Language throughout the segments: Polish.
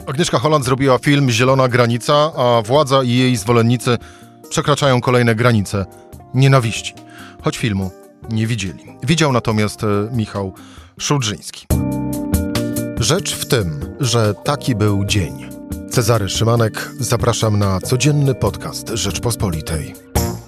Agnieszka Holland zrobiła film Zielona granica, a władza i jej zwolennicy przekraczają kolejne granice nienawiści. Choć filmu nie widzieli. Widział natomiast Michał Szulżyński. Rzecz w tym, że taki był dzień. Cezary Szymanek, zapraszam na codzienny podcast Rzeczpospolitej.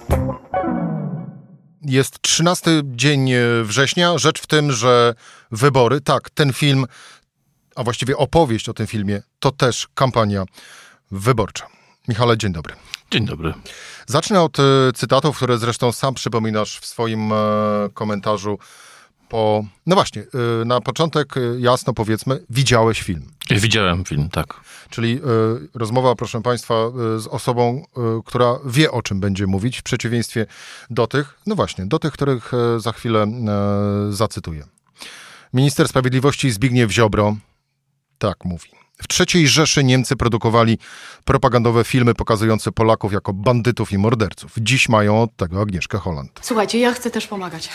Jest 13 dzień września. Rzecz w tym, że wybory, tak, ten film, a właściwie opowieść o tym filmie, to też kampania wyborcza. Michale, dzień dobry. Dzień dobry. Zacznę od cytatów, które zresztą sam przypominasz w swoim komentarzu. No właśnie, na początek jasno powiedzmy, widziałeś film. Widziałem film, tak. Czyli rozmowa, proszę Państwa, z osobą, która wie, o czym będzie mówić, w przeciwieństwie do tych, no właśnie, do tych, których za chwilę zacytuję. Minister Sprawiedliwości Zbigniew Ziobro tak mówi. W III Rzeszy Niemcy produkowali propagandowe filmy pokazujące Polaków jako bandytów i morderców. Dziś mają od tego Agnieszkę Holland. Słuchajcie, ja chcę też pomagać.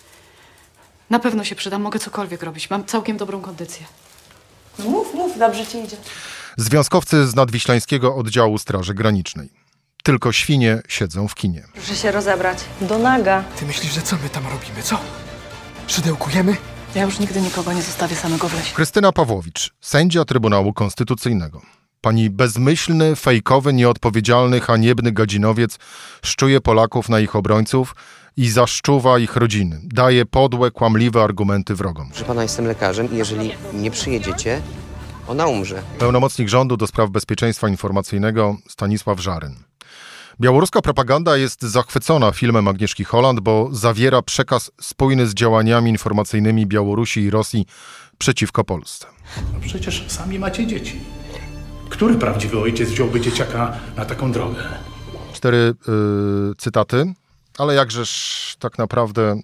Na pewno się przydam, mogę cokolwiek robić. Mam całkiem dobrą kondycję. Mów, dobrze ci idzie. Związkowcy z nadwiślańskiego oddziału Straży Granicznej. Tylko świnie siedzą w kinie. Proszę się rozebrać. Do naga. Ty myślisz, że co my tam robimy, co? Szydełkujemy? Ja już nigdy nikogo nie zostawię samego w lesie. Krystyna Pawłowicz, sędzia Trybunału Konstytucyjnego. Pani bezmyślny, fejkowy, nieodpowiedzialny, haniebny gadzinowiec szczuje Polaków na ich obrońców i zaszczuwa ich rodziny. Daje podłe, kłamliwe argumenty wrogom. Proszę pana, jestem lekarzem i jeżeli nie przyjedziecie, ona umrze. Pełnomocnik rządu do spraw bezpieczeństwa informacyjnego Stanisław Żaryn. Białoruska propaganda jest zachwycona filmem Agnieszki Holland, bo zawiera przekaz spójny z działaniami informacyjnymi Białorusi i Rosji przeciwko Polsce. No przecież sami macie dzieci. Który prawdziwy ojciec wziąłby dzieciaka na taką drogę? 4 cytaty, ale jakżeż tak naprawdę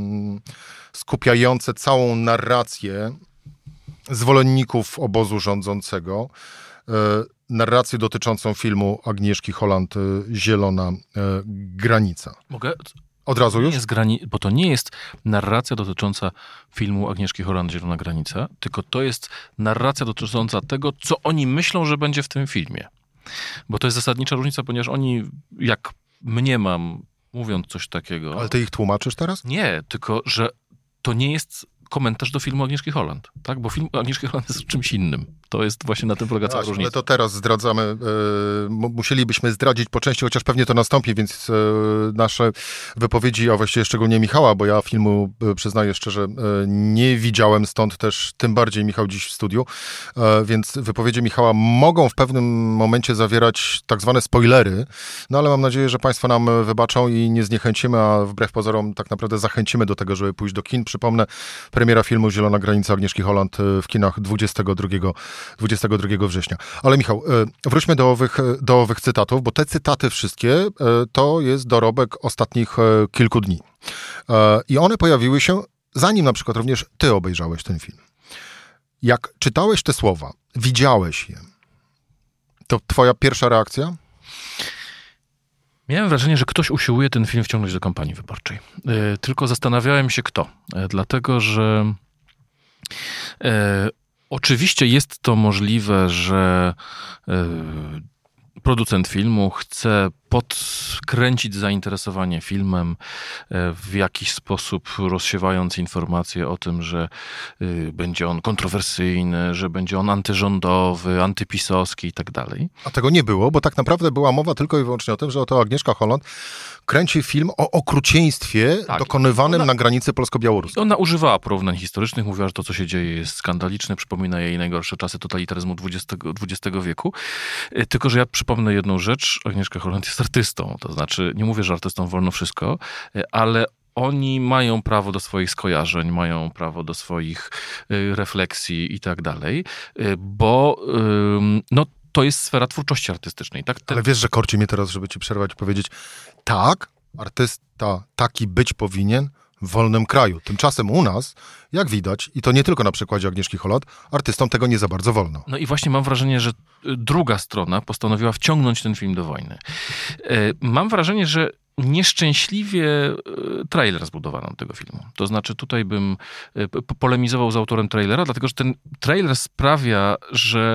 skupiające całą narrację zwolenników obozu rządzącego, narrację dotyczącą filmu Agnieszki Holland Zielona granica. Mogę? Od razu już? Bo to nie jest narracja dotycząca filmu Agnieszki Holland Zielona granica, tylko to jest narracja dotycząca tego, co oni myślą, że będzie w tym filmie. Bo to jest zasadnicza różnica, ponieważ oni, jak mniemam, mówiąc coś takiego... Ale ty ich tłumaczysz teraz? Nie, tylko że to nie jest komentarz do filmu Agnieszki Holland, tak? Bo film Agnieszki Holland jest czymś innym. To jest właśnie na tym polega cała różnica. Ale to teraz zdradzamy, musielibyśmy zdradzić po części, chociaż pewnie to nastąpi, więc nasze wypowiedzi, a właściwie szczególnie Michała, bo ja filmu, przyznaję szczerze, nie widziałem, stąd też tym bardziej Michał dziś w studiu, więc wypowiedzi Michała mogą w pewnym momencie zawierać tak zwane spoilery, no ale mam nadzieję, że Państwo nam wybaczą i nie zniechęcimy, a wbrew pozorom tak naprawdę zachęcimy do tego, żeby pójść do kin. Przypomnę, premiera filmu Zielona granica Agnieszki Holland w kinach 22 września. Ale Michał, wróćmy do owych cytatów, bo te cytaty wszystkie to jest dorobek ostatnich kilku dni. I one pojawiły się, zanim na przykład również ty obejrzałeś ten film. Jak czytałeś te słowa, widziałeś je, to twoja pierwsza reakcja? Miałem wrażenie, że ktoś usiłuje ten film wciągnąć do kampanii wyborczej. Tylko zastanawiałem się kto. Dlatego, że oczywiście jest to możliwe, że producent filmu chce podkręcić zainteresowanie filmem, w jakiś sposób rozsiewając informacje o tym, że będzie on kontrowersyjny, że będzie on antyrządowy, antypisowski i tak dalej. A tego nie było, bo tak naprawdę była mowa tylko i wyłącznie o tym, że oto Agnieszka Holland kręci film o okrucieństwie dokonywanym na granicy polsko-białoruskiej. Ona używała porównań historycznych, mówiła, że to, co się dzieje, jest skandaliczne, przypomina jej najgorsze czasy totalitaryzmu XX wieku. Tylko, że ja przypomnę jedną rzecz, Agnieszka Holland jest artystą, to znaczy, nie mówię, że artystom wolno wszystko, ale oni mają prawo do swoich skojarzeń, mają prawo do swoich refleksji i tak dalej, bo no, to jest sfera twórczości artystycznej. Tak? Ale wiesz, że korci mnie teraz, żeby ci przerwać i powiedzieć, tak, artysta taki być powinien w wolnym kraju. Tymczasem u nas, jak widać, i to nie tylko na przykładzie Agnieszki Holland, artystom tego nie za bardzo wolno. No i właśnie mam wrażenie, że druga strona postanowiła wciągnąć ten film do wojny. Mam wrażenie, że nieszczęśliwie trailer zbudowano tego filmu. To znaczy tutaj bym polemizował z autorem trailera, dlatego że ten trailer sprawia, że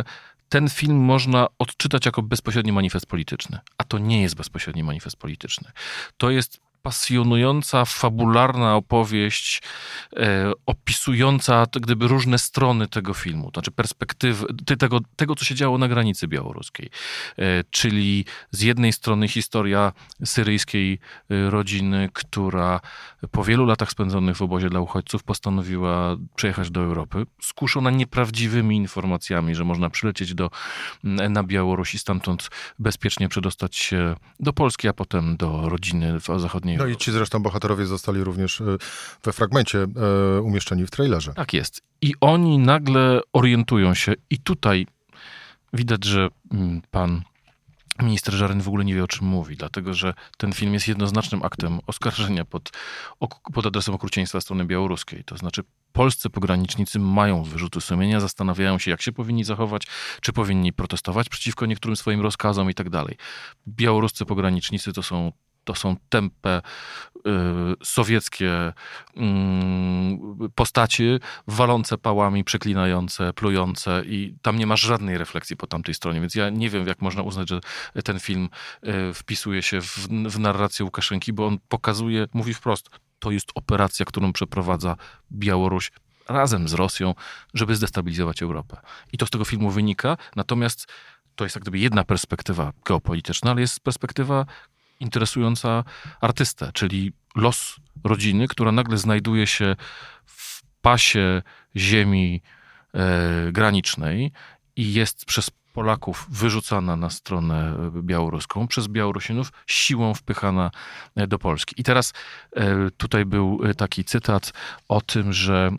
ten film można odczytać jako bezpośredni manifest polityczny, a to nie jest bezpośredni manifest polityczny. To jest pasjonująca, fabularna opowieść opisująca gdyby różne strony tego filmu, to znaczy perspektywy tego, co się działo na granicy białoruskiej. Czyli z jednej strony historia syryjskiej rodziny, która po wielu latach spędzonych w obozie dla uchodźców postanowiła przyjechać do Europy, skuszona nieprawdziwymi informacjami, że można przylecieć na Białoruś i stamtąd bezpiecznie przedostać się do Polski, a potem do rodziny w zachodniej. No i ci zresztą bohaterowie zostali również we fragmencie umieszczeni w trailerze. Tak jest. I oni nagle orientują się i tutaj widać, że pan minister Żaryn w ogóle nie wie, o czym mówi, dlatego że ten film jest jednoznacznym aktem oskarżenia pod adresem okrucieństwa strony białoruskiej. To znaczy polscy pogranicznicy mają wyrzuty sumienia, zastanawiają się, jak się powinni zachować, czy powinni protestować przeciwko niektórym swoim rozkazom i tak dalej. Białoruscy pogranicznicy to są tępe, sowieckie postacie, walące pałami, przeklinające, plujące i tam nie masz żadnej refleksji po tamtej stronie, więc ja nie wiem, jak można uznać, że ten film wpisuje się w narrację Łukaszenki, bo on pokazuje, mówi wprost, to jest operacja, którą przeprowadza Białoruś razem z Rosją, żeby zdestabilizować Europę. I to z tego filmu wynika, natomiast to jest jak gdyby jedna perspektywa geopolityczna, ale jest perspektywa interesująca artystę, czyli los rodziny, która nagle znajduje się w pasie ziemi granicznej i jest przez Polaków wyrzucana na stronę białoruską, przez Białorusinów siłą wpychana do Polski. I teraz tutaj był taki cytat o tym, że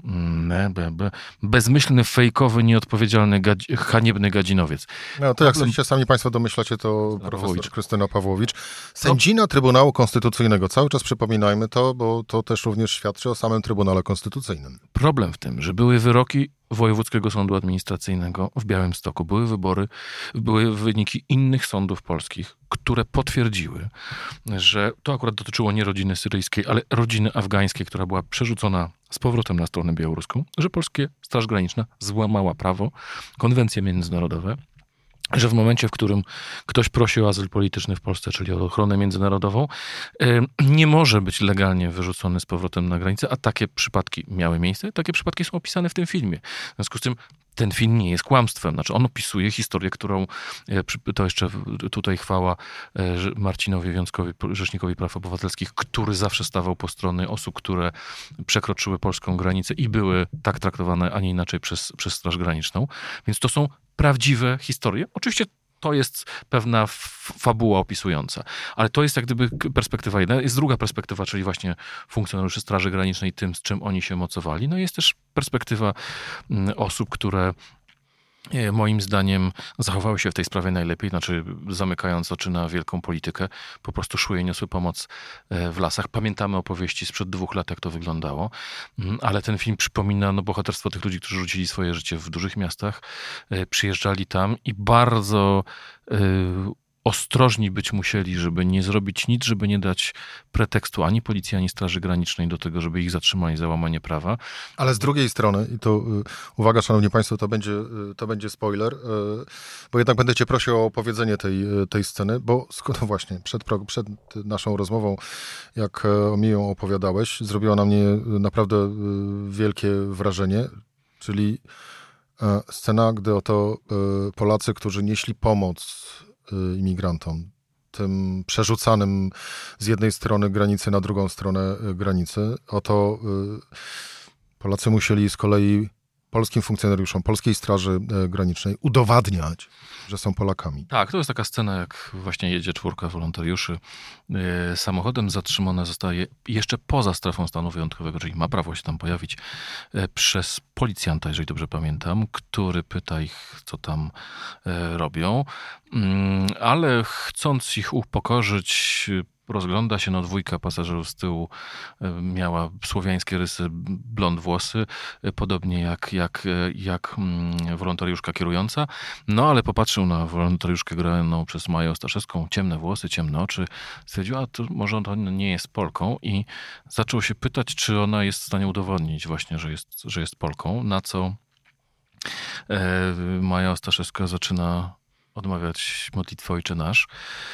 bezmyślny, fejkowy, nieodpowiedzialny, haniebny gadzinowiec. No to jak sobie sami państwo domyślacie, to profesor Krystyna Pawłowicz, sędzina Trybunału Konstytucyjnego. Cały czas przypominajmy to, bo to też również świadczy o samym Trybunale Konstytucyjnym. Problem w tym, że były wyroki Wojewódzkiego Sądu Administracyjnego w Białymstoku. Były wyniki innych sądów polskich, które potwierdziły, że to akurat dotyczyło nie rodziny syryjskiej, ale rodziny afgańskiej, która była przerzucona z powrotem na stronę białoruską, że polskie Straż Graniczna złamała prawo, konwencje międzynarodowe, że w momencie, w którym ktoś prosi o azyl polityczny w Polsce, czyli o ochronę międzynarodową, nie może być legalnie wyrzucony z powrotem na granicę, a takie przypadki miały miejsce. Takie przypadki są opisane w tym filmie. W związku z tym ten film nie jest kłamstwem. Znaczy on opisuje historię, którą, to jeszcze tutaj chwała Marcinowi Wiąckowi, Rzecznikowi Praw Obywatelskich, który zawsze stawał po stronie osób, które przekroczyły polską granicę i były tak traktowane, a nie inaczej przez Straż Graniczną. Więc to są prawdziwe historie. Oczywiście to jest pewna fabuła opisująca, ale to jest jak gdyby perspektywa jedna. Jest druga perspektywa, czyli właśnie funkcjonariuszy Straży Granicznej, tym, z czym oni się mocowali. No i jest też perspektywa osób, które moim zdaniem zachowały się w tej sprawie najlepiej, znaczy zamykając oczy na wielką politykę, po prostu szły i niosły pomoc w lasach. Pamiętamy opowieści sprzed 2 lat, jak to wyglądało, ale ten film przypomina bohaterstwo tych ludzi, którzy rzucili swoje życie w dużych miastach, przyjeżdżali tam i bardzo ostrożni być musieli, żeby nie zrobić nic, żeby nie dać pretekstu ani policji, ani Straży Granicznej do tego, żeby ich zatrzymali za łamanie prawa. Ale z drugiej strony, i to uwaga, szanowni państwo, to będzie spoiler, bo jednak będę cię prosił o opowiedzenie tej sceny, bo no właśnie, przed naszą rozmową, jak o mi ją opowiadałeś, zrobiło na mnie naprawdę wielkie wrażenie, czyli scena, gdy oto Polacy, którzy nieśli pomoc imigrantom, tym przerzucanym z jednej strony granicy na drugą stronę granicy. Oto Polacy musieli z kolei polskim funkcjonariuszom Polskiej Straży Granicznej udowadniać, że są Polakami. Tak, to jest taka scena, jak właśnie jedzie 4 wolontariuszy samochodem, zatrzymane zostaje jeszcze poza strefą stanu wyjątkowego, czyli ma prawo się tam pojawić, przez policjanta, jeżeli dobrze pamiętam, który pyta ich, co tam robią, ale chcąc ich upokorzyć, rozgląda się, no 2 pasażerów z tyłu miała słowiańskie rysy, blond włosy, podobnie jak wolontariuszka kierująca. No ale popatrzył na wolontariuszkę graną przez Maję Ostaszewską, ciemne włosy, ciemne oczy. Stwierdził, a to może to nie jest Polką i zaczął się pytać, czy ona jest w stanie udowodnić właśnie, że jest Polką, na co Maja Ostaszewska zaczyna odmawiać modlitwę Ojcze Nasz.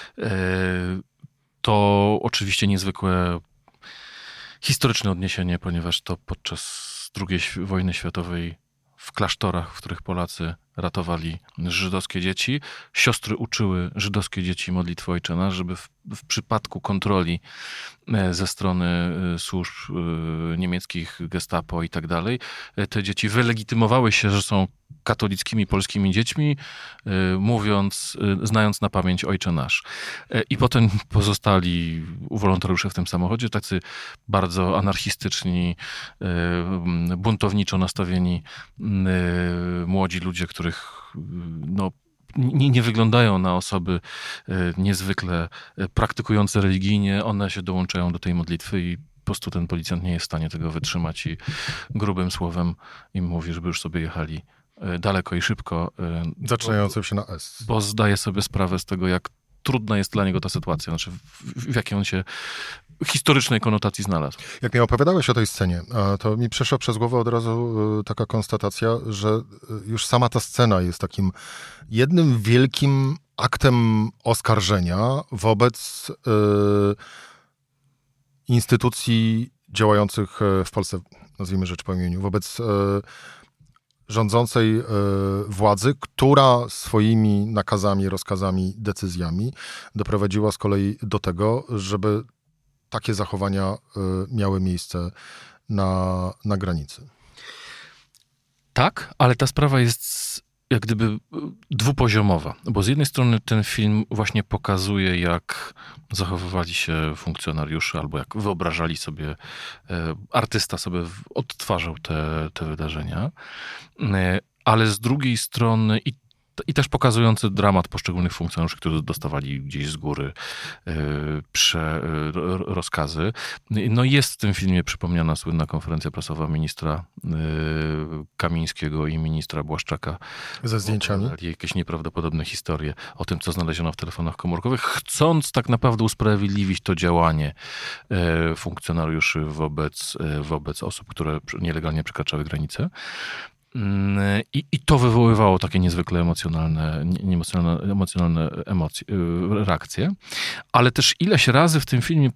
To oczywiście niezwykłe historyczne odniesienie, ponieważ to podczas II wojny światowej w klasztorach, w których Polacy ratowali żydowskie dzieci, siostry uczyły żydowskie dzieci modlitwy Ojcze Nasz, żeby w przypadku kontroli ze strony służb niemieckich, Gestapo i tak dalej, te dzieci wylegitymowały się, że są katolickimi polskimi dziećmi, znając na pamięć Ojcze Nasz. I potem pozostali wolontariusze w tym samochodzie, tacy bardzo anarchistyczni, buntowniczo nastawieni młodzi ludzie, których nie wyglądają na osoby niezwykle praktykujące religijnie. One się dołączają do tej modlitwy i po prostu ten policjant nie jest w stanie tego wytrzymać i grubym słowem im mówi, żeby już sobie jechali daleko i szybko. Zaczynającym się na S. Bo zdaje sobie sprawę z tego, jak trudna jest dla niego ta sytuacja, znaczy w jakiej on się historycznej konotacji znalazł. Jak mi opowiadałeś o tej scenie, to mi przeszła przez głowę od razu taka konstatacja, że już sama ta scena jest takim jednym wielkim aktem oskarżenia wobec instytucji działających w Polsce, nazwijmy rzecz po imieniu, wobec rządzącej władzy, która swoimi nakazami, rozkazami, decyzjami doprowadziła z kolei do tego, żeby takie zachowania miały miejsce na granicy. Tak, ale ta sprawa jest jak gdyby dwupoziomowa, bo z jednej strony ten film właśnie pokazuje, jak zachowywali się funkcjonariusze, albo jak wyobrażali sobie, artysta sobie odtwarzał te wydarzenia, ale z drugiej strony i też pokazujący dramat poszczególnych funkcjonariuszy, którzy dostawali gdzieś z góry rozkazy. No jest w tym filmie przypomniana słynna konferencja prasowa ministra Kamińskiego i ministra Błaszczaka. Ze zdjęciami? Jakieś nieprawdopodobne historie o tym, co znaleziono w telefonach komórkowych, chcąc tak naprawdę usprawiedliwić to działanie funkcjonariuszy wobec osób, które nielegalnie przekraczały granice. I to wywoływało takie niezwykle emocjonalne emocje, reakcje. Ale też ileś razy w tym filmie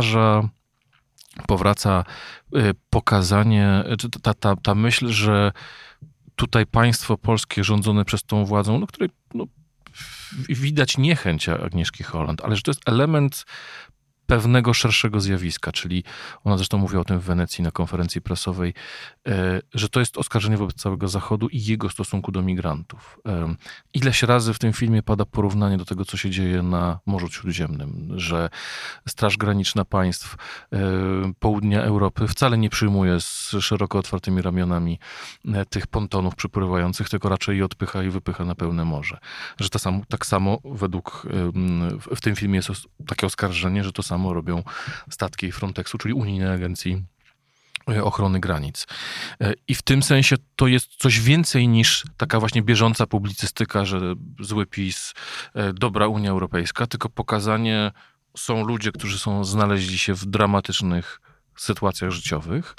powraca pokazanie, ta myśl, że tutaj państwo polskie rządzone przez tą władzą, której widać niechęć Agnieszki Holland, ale że to jest element pewnego szerszego zjawiska, czyli ona zresztą mówiła o tym w Wenecji na konferencji prasowej, że to jest oskarżenie wobec całego Zachodu i jego stosunku do migrantów. Ileś razy w tym filmie pada porównanie do tego, co się dzieje na Morzu Śródziemnym, że Straż Graniczna państw południa Europy wcale nie przyjmuje z szeroko otwartymi ramionami tych pontonów przypływających, tylko raczej je odpycha i wypycha na pełne morze. Że tak samo według, w tym filmie jest takie oskarżenie, że to samo robią statki Frontexu, czyli Unijnej Agencji Ochrony Granic. I w tym sensie to jest coś więcej niż taka właśnie bieżąca publicystyka, że zły PiS, dobra Unia Europejska, tylko pokazanie, są ludzie, którzy znaleźli się w dramatycznych sytuacjach życiowych,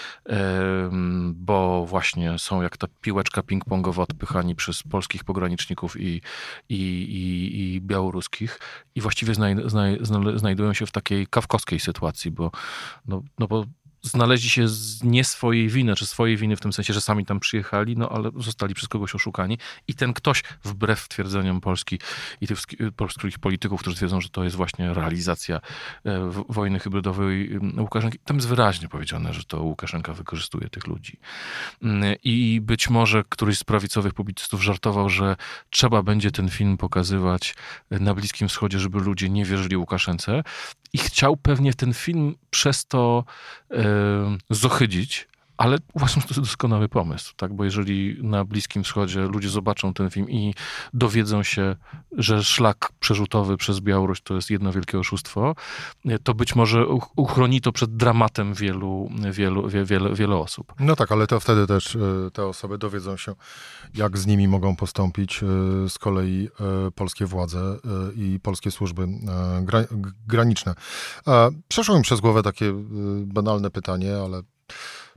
bo właśnie są jak ta piłeczka ping-pongowa odpychani przez polskich pograniczników i białoruskich i właściwie znajdują się w takiej kafkowskiej sytuacji, bo znaleźli się z nie swojej winy, czy swojej winy w tym sensie, że sami tam przyjechali, ale zostali przez kogoś oszukani i ten ktoś, wbrew twierdzeniom Polski i tych polskich polityków, którzy twierdzą, że to jest właśnie realizacja wojny hybrydowej Łukaszenki, tam jest wyraźnie powiedziane, że to Łukaszenka wykorzystuje tych ludzi. I być może któryś z prawicowych publicystów żartował, że trzeba będzie ten film pokazywać na Bliskim Wschodzie, żeby ludzie nie wierzyli Łukaszence i chciał pewnie ten film przez to zohydzić, ale uważam, że to jest doskonały pomysł, tak? Bo jeżeli na Bliskim Wschodzie ludzie zobaczą ten film i dowiedzą się, że szlak przerzutowy przez Białoruś to jest jedno wielkie oszustwo, to być może uchroni to przed dramatem wielu osób. No tak, ale to wtedy też te osoby dowiedzą się, jak z nimi mogą postąpić z kolei polskie władze i polskie służby graniczne. Przeszło mi przez głowę takie banalne pytanie, ale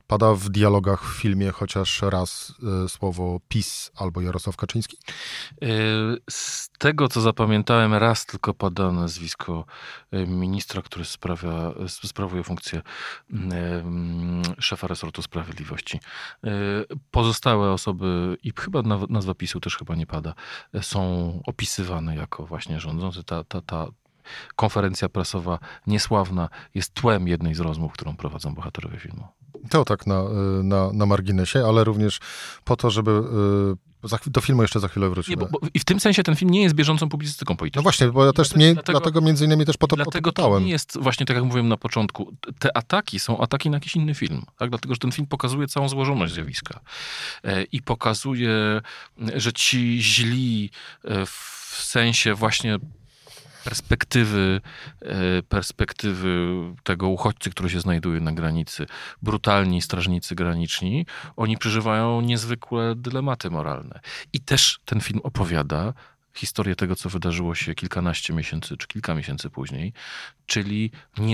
Pada w dialogach w filmie chociaż raz słowo PiS albo Jarosław Kaczyński? Z tego, co zapamiętałem, raz tylko pada nazwisko ministra, który sprawuje funkcję szefa resortu sprawiedliwości. Pozostałe osoby, i chyba nazwa PiS-u też chyba nie pada, są opisywane jako właśnie rządzący. Ta konferencja prasowa niesławna jest tłem jednej z rozmów, którą prowadzą bohaterowie filmu. To tak na marginesie, ale również po to, żeby... Do filmu jeszcze za chwilę wrócimy. I w tym sensie ten film nie jest bieżącą publicystyką polityczną. No właśnie, bo ja też dlatego między innymi też po to pytałem. To nie jest, właśnie tak jak mówiłem na początku, te ataki są ataki na jakiś inny film. Tak? Dlatego, że ten film pokazuje całą złożoność zjawiska. I pokazuje, że ci źli w sensie właśnie perspektywy tego uchodźcy, który się znajduje na granicy, brutalni strażnicy graniczni, oni przeżywają niezwykłe dylematy moralne. I też ten film opowiada historię tego, co wydarzyło się kilkanaście miesięcy, czy kilka miesięcy później, czyli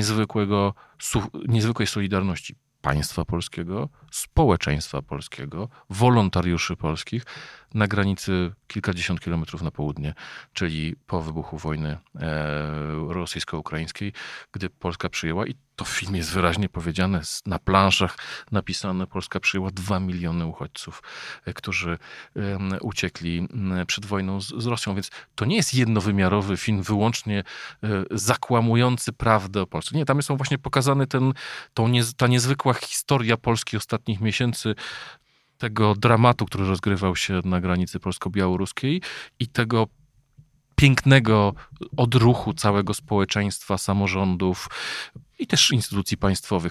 niezwykłej solidarności państwa polskiego, społeczeństwa polskiego, wolontariuszy polskich na granicy kilkadziesiąt kilometrów na południe, czyli po wybuchu wojny rosyjsko-ukraińskiej, gdy Polska przyjęła, i to w filmie jest wyraźnie powiedziane, na planszach napisane, Polska przyjęła 2 miliony uchodźców, którzy uciekli przed wojną z Rosją. Więc to nie jest jednowymiarowy film wyłącznie zakłamujący prawdę o Polsce. Nie, tam są właśnie pokazane ta niezwykła historia Polski ostatnich miesięcy, tego dramatu, który rozgrywał się na granicy polsko-białoruskiej i tego pięknego odruchu całego społeczeństwa, samorządów i też instytucji państwowych,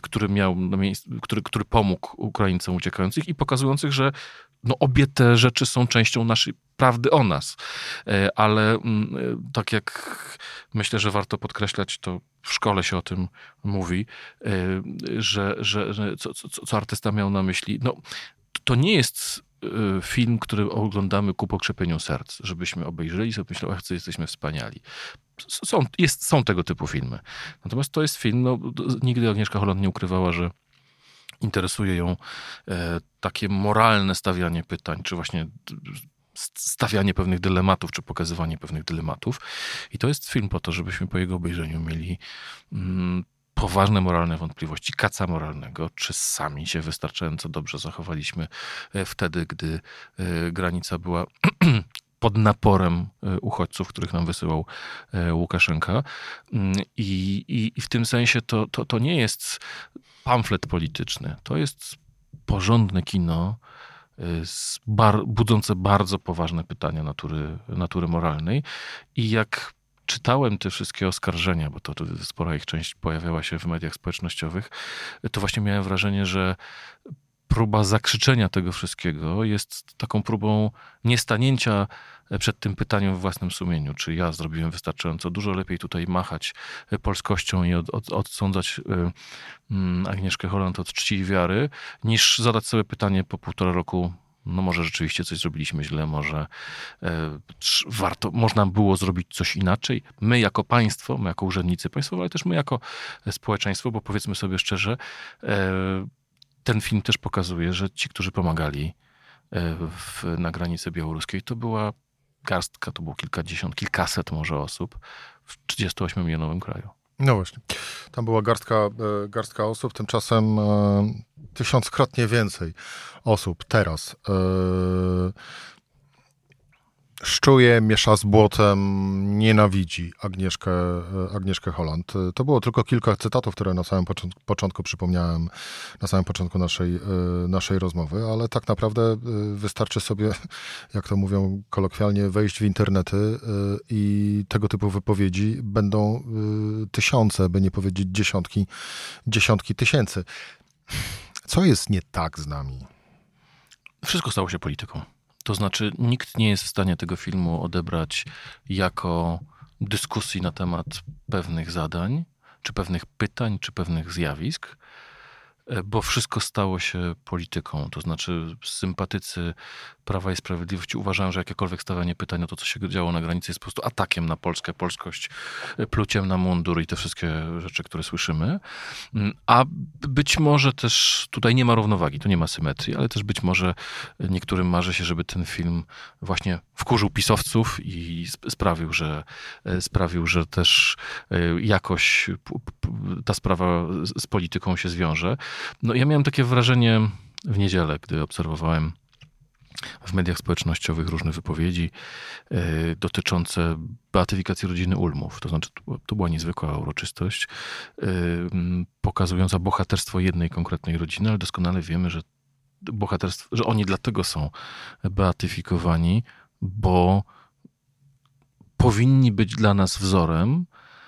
który pomógł Ukraińcom uciekających i pokazujących, że obie te rzeczy są częścią naszej prawdy o nas. Ale tak jak myślę, że warto podkreślać, to w szkole się o tym mówi, że co artysta miał na myśli. To nie jest film, który oglądamy ku pokrzepieniu serc, żebyśmy obejrzeli i sobie myśleli, ach, co jesteśmy wspaniali. Są tego typu filmy. Natomiast to jest film, nigdy Agnieszka Holland nie ukrywała, że interesuje ją takie moralne stawianie pytań, czy właśnie stawianie pewnych dylematów, czy pokazywanie pewnych dylematów. I to jest film po to, żebyśmy po jego obejrzeniu mieli poważne moralne wątpliwości, kaca moralnego, czy sami się wystarczająco dobrze zachowaliśmy wtedy, gdy granica była pod naporem uchodźców, których nam wysyłał Łukaszenka. I w tym sensie to nie jest pamflet polityczny. To jest porządne kino budzące bardzo poważne pytania natury moralnej. I jak czytałem te wszystkie oskarżenia, bo to spora ich część pojawiała się w mediach społecznościowych, to właśnie miałem wrażenie, że próba zakrzyczenia tego wszystkiego jest taką próbą niestanięcia przed tym pytaniem w własnym sumieniu, czy ja zrobiłem wystarczająco. Dużo lepiej tutaj machać polskością i odsądzać Agnieszkę Holland od czci i wiary, niż zadać sobie pytanie po 1,5 roku, może rzeczywiście coś zrobiliśmy źle, może można było zrobić coś inaczej. My jako państwo, my jako urzędnicy państwowi, ale też my jako społeczeństwo, bo powiedzmy sobie szczerze, ten film też pokazuje, że ci, którzy pomagali na granicy białoruskiej, to była garstka, to było kilkaset może osób w 38-milionowym kraju. No właśnie. Tam była garstka osób, tymczasem 1000-krotnie więcej osób teraz szczuje, miesza z błotem, nienawidzi Agnieszkę Holland. To było tylko kilka cytatów, które na samym początku przypomniałem, na samym początku naszej rozmowy, ale tak naprawdę wystarczy sobie, jak to mówią kolokwialnie, wejść w internety i tego typu wypowiedzi będą tysiące, by nie powiedzieć dziesiątki tysięcy. Co jest nie tak z nami? Wszystko stało się polityką. To znaczy, nikt nie jest w stanie tego filmu odebrać jako dyskusji na temat pewnych zadań, czy pewnych pytań, czy pewnych zjawisk. bo wszystko stało się polityką. To znaczy sympatycy Prawa i Sprawiedliwości uważają, że jakiekolwiek stawianie pytań o to, co się działo na granicy, jest po prostu atakiem na Polskę, polskość, pluciem na mundur i te wszystkie rzeczy, które słyszymy. A być może też tutaj nie ma równowagi, tu nie ma symetrii, ale też być może niektórym marzy się, żeby ten film właśnie wkurzył pisowców i sprawił, że też jakoś ta sprawa z polityką się zwiąże. No ja miałem takie wrażenie w niedzielę, gdy obserwowałem w mediach społecznościowych różne wypowiedzi dotyczące beatyfikacji rodziny Ulmów. To znaczy, to była niezwykła uroczystość, pokazująca bohaterstwo jednej konkretnej rodziny, ale doskonale wiemy, że oni dlatego są beatyfikowani, bo powinni być dla nas wzorem,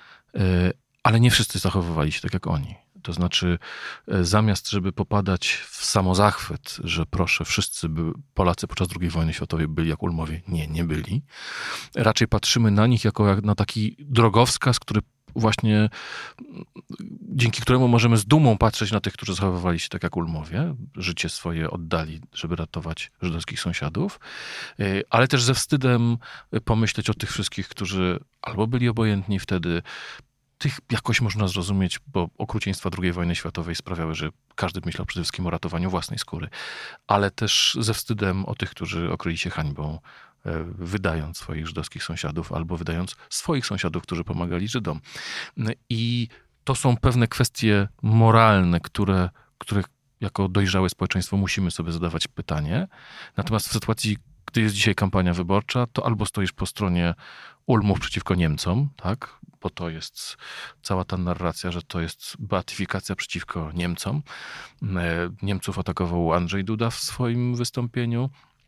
ale nie wszyscy zachowywali się tak jak oni. To znaczy, zamiast żeby popadać w samozachwyt, że proszę, wszyscy Polacy podczas II wojny światowej byli jak Ulmowie. Nie byli. Raczej patrzymy na nich jako na taki drogowskaz, który właśnie, dzięki któremu możemy z dumą patrzeć na tych, którzy zachowywali się tak jak Ulmowie, życie swoje oddali, żeby ratować żydowskich sąsiadów, ale też ze wstydem pomyśleć o tych wszystkich, którzy albo byli obojętni wtedy, tych jakoś można zrozumieć, bo okrucieństwa II wojny światowej sprawiały, że każdy myślał przede wszystkim o ratowaniu własnej skóry, ale też ze wstydem o tych, którzy okryli się hańbą, wydając swoich żydowskich sąsiadów albo wydając swoich sąsiadów, którzy pomagali Żydom. I to są pewne kwestie moralne, których jako dojrzałe społeczeństwo musimy sobie zadawać pytanie. Natomiast w sytuacji, gdy jest dzisiaj kampania wyborcza, to albo stoisz po stronie Ulmów przeciwko Niemcom, tak? Bo to jest cała ta narracja, że to jest beatyfikacja przeciwko Niemcom. Niemców atakował Andrzej Duda w swoim wystąpieniu.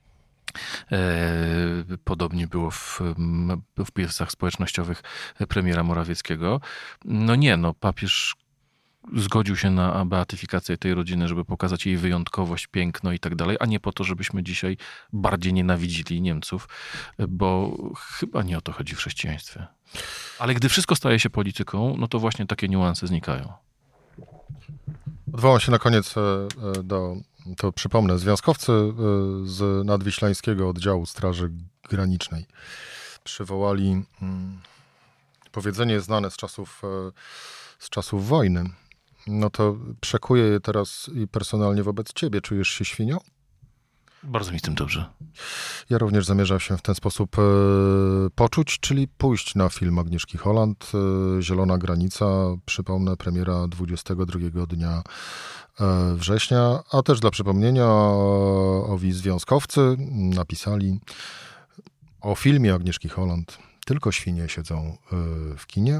Podobnie było w wpisach społecznościowych premiera Morawieckiego. Papież zgodził się na beatyfikację tej rodziny, żeby pokazać jej wyjątkowość, piękno i tak dalej, a nie po to, żebyśmy dzisiaj bardziej nienawidzili Niemców, bo chyba nie o to chodzi w chrześcijaństwie. Ale gdy wszystko staje się polityką, no to właśnie takie niuanse znikają. Odwołam się na koniec to przypomnę, związkowcy z nadwiślańskiego oddziału Straży Granicznej przywołali powiedzenie znane z czasów wojny. No to przekuję je teraz i personalnie wobec ciebie. Czujesz się świnią? Bardzo mi z tym dobrze. Ja również zamierzam się w ten sposób poczuć, czyli pójść na film Agnieszki Holland, Zielona Granica, przypomnę, premiera 22 dnia września, a też dla przypomnienia owi związkowcy napisali o filmie Agnieszki Holland Tylko świnie siedzą w kinie.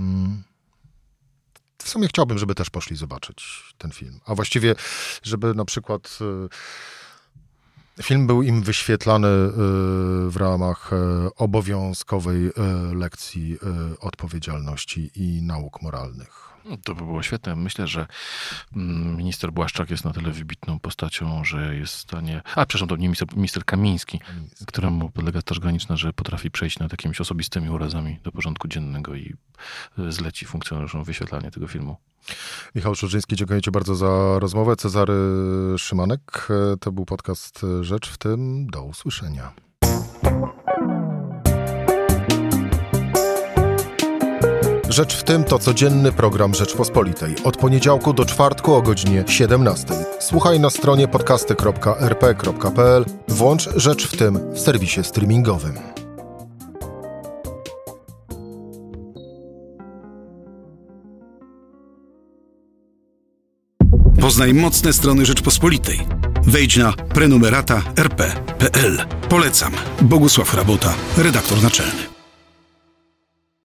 W sumie chciałbym, żeby też poszli zobaczyć ten film. A właściwie, żeby na przykład film był im wyświetlany w ramach obowiązkowej lekcji odpowiedzialności i nauk moralnych. To by było świetne. Myślę, że minister Błaszczak jest na tyle wybitną postacią, że jest w stanie... to nie minister Kamiński, któremu podlega Straż Graniczna, że potrafi przejść nad jakimiś osobistymi urazami do porządku dziennego i zleci funkcjonariuszom wyświetlanie tego filmu. Michał Szurzyński, dziękuję ci bardzo za rozmowę. Cezary Szymanek, to był podcast Rzecz w tym. Do usłyszenia. Rzecz w tym to codzienny program Rzeczpospolitej. Od poniedziałku do czwartku o godzinie 17. Słuchaj na stronie podcasty.rp.pl. Włącz Rzecz w tym w serwisie streamingowym. Poznaj mocne strony Rzeczpospolitej. Wejdź na prenumerata.rp.pl. Polecam. Bogusław Rabota, redaktor naczelny.